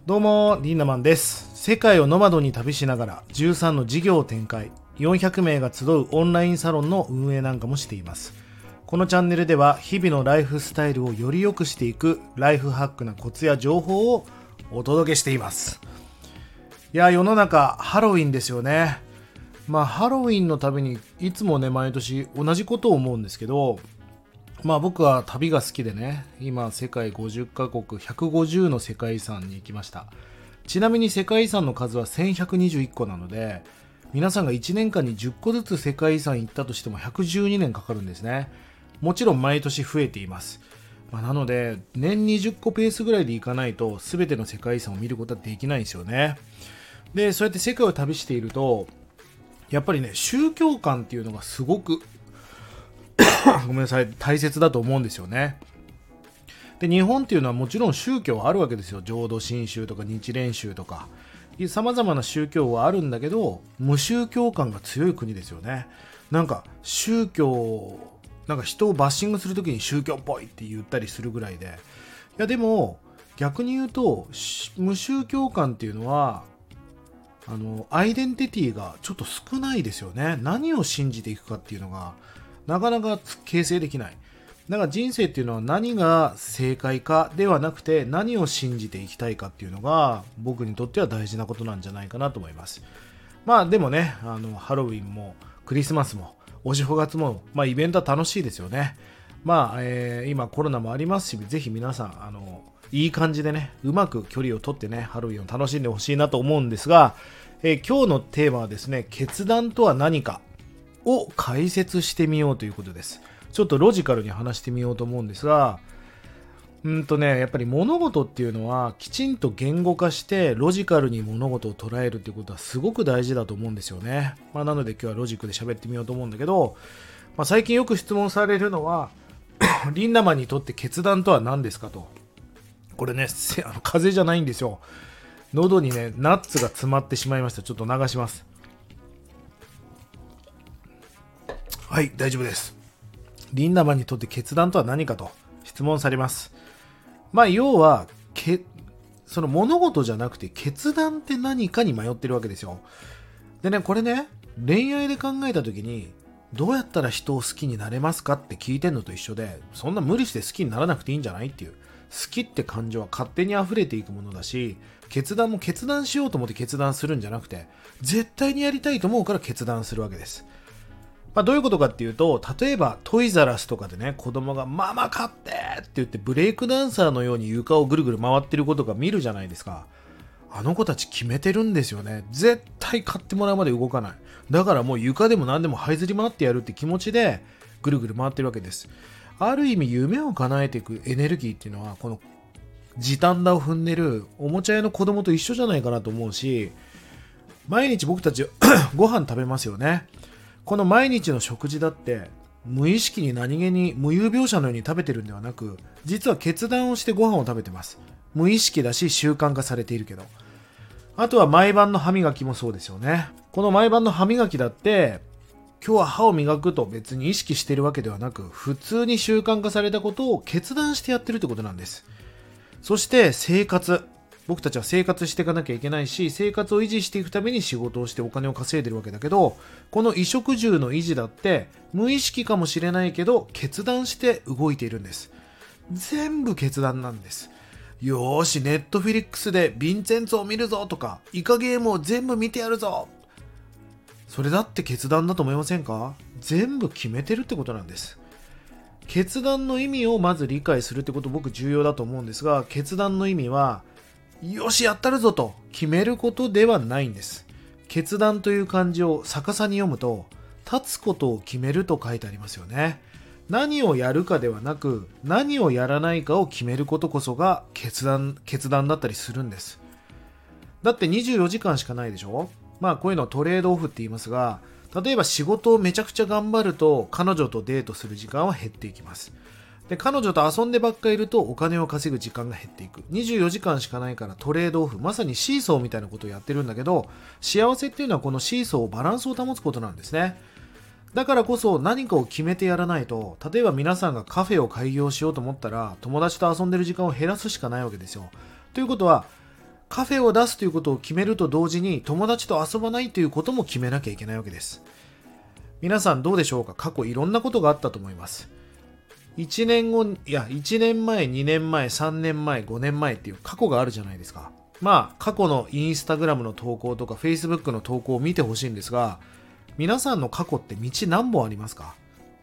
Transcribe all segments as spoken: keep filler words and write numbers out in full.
どうもリンナマンです。世界をノマドに旅しながらじゅうさんの事業を展開、よんひゃくめいが集うオンラインサロンの運営なんかもしています。このチャンネルでは日々のライフスタイルをより良くしていくライフハックなコツや情報をお届けしています。いや、世の中ハロウィンですよね。まあハロウィンのたびにいつもね、毎年同じことを思うんですけど、まあ僕は旅が好きでね、今世界ごじゅっかこくひゃくごじゅうの世界遺産に行きました。ちなみに世界遺産の数はせんひゃくにじゅういっこなので、皆さんがいちねんかんにじゅっこずつ世界遺産行ったとしてもひゃくじゅうにねんかかるんですね。もちろん毎年増えています。まあ、なので年にじゅっこペースぐらいで行かないと全ての世界遺産を見ることはできないんですよね。で、そうやって世界を旅していると、やっぱりね、宗教観っていうのがすごくごめんなさい、大切だと思うんですよね。で、日本っていうのはもちろん宗教はあるわけですよ。浄土真宗とか日蓮宗とか様々な宗教はあるんだけど、無宗教感が強い国ですよね。なんか宗教、なんか人をバッシングするときに宗教っぽいって言ったりするぐらいで、いやでも逆に言うと無宗教感っていうのはあのアイデンティティがちょっと少ないですよね。何を信じていくかっていうのがなかなか形成できない。だから人生っていうのは何が正解かではなくて、何を信じていきたいかっていうのが僕にとっては大事なことなんじゃないかなと思います。まあでもね、あのハロウィンもクリスマスもお正月も、まあ、イベントは楽しいですよね。まあ、えー、今コロナもありますし、ぜひ皆さんあのいい感じでね、うまく距離をとってね、ハロウィンを楽しんでほしいなと思うんですが、えー、今日のテーマはですね、決断とは何かを解説してみようということです。ちょっとロジカルに話してみようと思うんですが、うんとね、やっぱり物事っていうのはきちんと言語化してロジカルに物事を捉えるっていうことはすごく大事だと思うんですよね。まあ、なので今日はロジックで喋ってみようと思うんだけど、まあ、最近よく質問されるのはリンダマンにとって決断とは何ですかと。これね、あの風邪じゃないんですよ。喉にねナッツが詰まってしまいました。ちょっと流します。はい、大丈夫です。リンダマンにとって決断とは何かと質問されます。まあ要はけその物事じゃなくて決断って何かに迷ってるわけですよ。でね、これね、恋愛で考えた時にどうやったら人を好きになれますかって聞いてんのと一緒で、そんな無理して好きにならなくていいんじゃないっていう。好きって感情は勝手に溢れていくものだし、決断も決断しようと思って決断するんじゃなくて、絶対にやりたいと思うから決断するわけです。まあ、どういうことかっていうと、例えばトイザラスとかでね、子供がママ買ってって言ってブレイクダンサーのように床をぐるぐる回ってることが見るじゃないですか。あの子たち決めてるんですよね。絶対買ってもらうまで動かない。だからもう床でも何でも這いずり回ってやるって気持ちでぐるぐる回ってるわけです。ある意味夢を叶えていくエネルギーっていうのは、この時短だを踏んでるおもちゃ屋の子供と一緒じゃないかなと思うし、毎日僕たちご飯食べますよね。この毎日の食事だって無意識に何気に無有描写のように食べてるんではなく、実は決断をしてご飯を食べてます。無意識だし習慣化されているけど。あとは毎晩の歯磨きもそうですよね。この毎晩の歯磨きだって今日は歯を磨くと別に意識しているわけではなく、普通に習慣化されたことを決断してやってるってことなんです。そして生活、僕たちは生活していかなきゃいけないし、生活を維持していくために仕事をしてお金を稼いでるわけだけど、この衣食住の維持だって無意識かもしれないけど決断して動いているんです。全部決断なんです。よーし、ネットフィリックスでヴィンチェンツォを見るぞとか、イカゲームを全部見てやるぞ、それだって決断だと思いませんか？全部決めてるってことなんです。決断の意味をまず理解するってこと、僕重要だと思うんですが、決断の意味はよしやったるぞと決めることではないんです。決断という漢字を逆さに読むと、立つことを決めると書いてありますよね。何をやるかではなく、何をやらないかを決めることこそが決断、決断だったりするんです。だってにじゅうよじかんしかないでしょ。まあこういうのをトレードオフって言いますが、例えば仕事をめちゃくちゃ頑張ると彼女とデートする時間は減っていきます。で、彼女と遊んでばっかりいるとお金を稼ぐ時間が減っていく。にじゅうよじかんしかないからトレードオフ、まさにシーソーみたいなことをやってるんだけど、幸せっていうのはこのシーソーをバランスを保つことなんですね。だからこそ何かを決めてやらないと、例えば皆さんがカフェを開業しようと思ったら友達と遊んでる時間を減らすしかないわけですよ。ということはカフェを出すということを決めると同時に友達と遊ばないということも決めなきゃいけないわけです。皆さんどうでしょうか。過去いろんなことがあったと思います。いちねんご、いやいちねんまえ、にねんまえ、さんねんまえ、ごねんまえっていう過去があるじゃないですか。まあ過去のインスタグラムの投稿とか Facebook の投稿を見てほしいんですが、皆さんの過去って道何本ありますか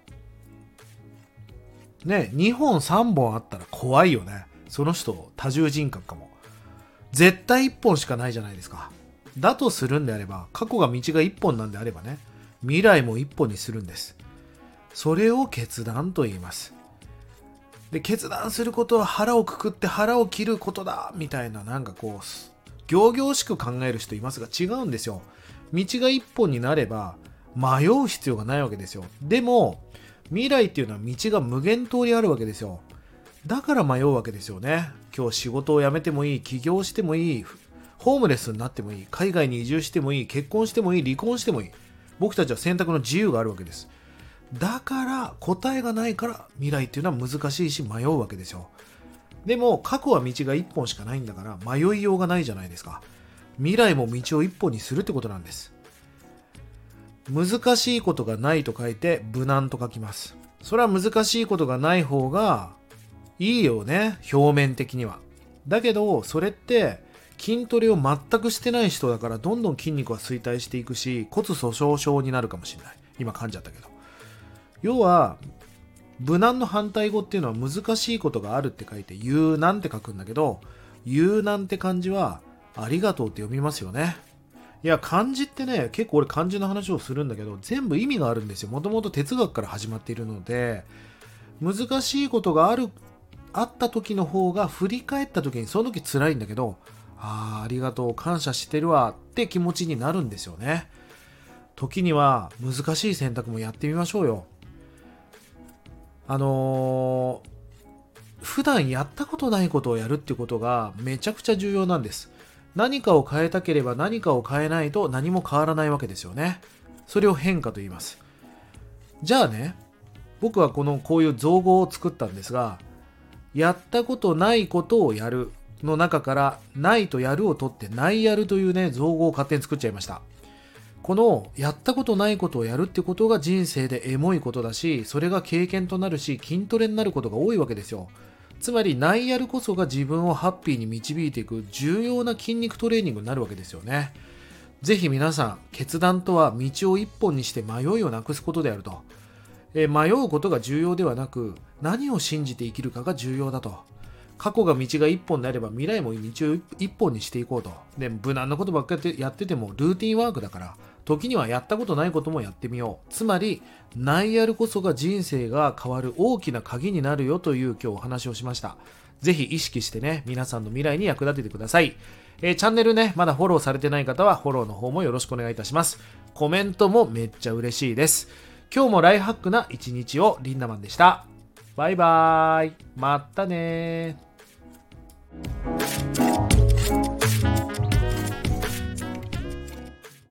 ね。にほんさんぼんあったら怖いよね。その人多重人格かも。絶対いっぽんしかないじゃないですか。だとするんであれば、過去が道がいっぽんなんであればね、未来もいっぽんにするんです。それを決断と言います。で、決断することは腹をくくって腹を切ることだみたいな、なんかこう仰々しく考える人いますが、違うんですよ。道が一本になれば迷う必要がないわけですよ。でも未来っていうのは道が無限通りあるわけですよ。だから迷うわけですよね。今日仕事を辞めてもいい、起業してもいい、ホームレスになってもいい、海外に移住してもいい、結婚してもいい、離婚してもいい。僕たちは選択の自由があるわけです。だから答えがないから未来っていうのは難しいし迷うわけですよ。でも過去は道が一本しかないんだから迷いようがないじゃないですか。未来も道を一本にするってことなんです。難しいことがないと書いて無難と書きます。それは難しいことがない方がいいよね、表面的には。だけどそれって筋トレを全くしてない人だからどんどん筋肉は衰退していくし骨粗鬆症になるかもしれない。今噛んじゃったけど、要は無難の反対語っていうのは難しいことがあるって書いて有難って書くんだけど、有難って漢字はありがとうって読みますよね。いや漢字ってね、結構俺漢字の話をするんだけど全部意味があるんですよ。もともと哲学から始まっているので、難しいことがあるあった時の方が振り返った時にその時辛いんだけど、あーありがとう感謝してるわって気持ちになるんですよね。時には難しい選択もやってみましょうよ。あのー、普段やったことないことをやるってことがめちゃくちゃ重要なんです。何かを変えたければ何かを変えないと何も変わらないわけですよね。それを変化と言います。じゃあね、僕はこのこういう造語を作ったんですが、やったことないことをやるの中からないとやるを取ってないやるというね造語を勝手に作っちゃいました。このやったことないことをやるってことが人生でエモいことだし、それが経験となるし筋トレになることが多いわけですよ。つまりないやるこそが自分をハッピーに導いていく重要な筋肉トレーニングになるわけですよね。ぜひ皆さん、決断とは道を一本にして迷いをなくすことであると。え迷うことが重要ではなく、何を信じて生きるかが重要だと。過去が道が一本であれば未来も道を一本にしていこうと。で無難なことばっかりやっててもルーティンワークだから、時にはやったことないこともやってみよう。つまりないやるこそが人生が変わる大きな鍵になるよという今日お話をしました。ぜひ意識してね、皆さんの未来に役立ててください。えー、チャンネルねまだフォローされてない方はフォローの方もよろしくお願いいたします。コメントもめっちゃ嬉しいです。今日もライフハックな一日を。リンダマンでした。バイバーイ。またねー。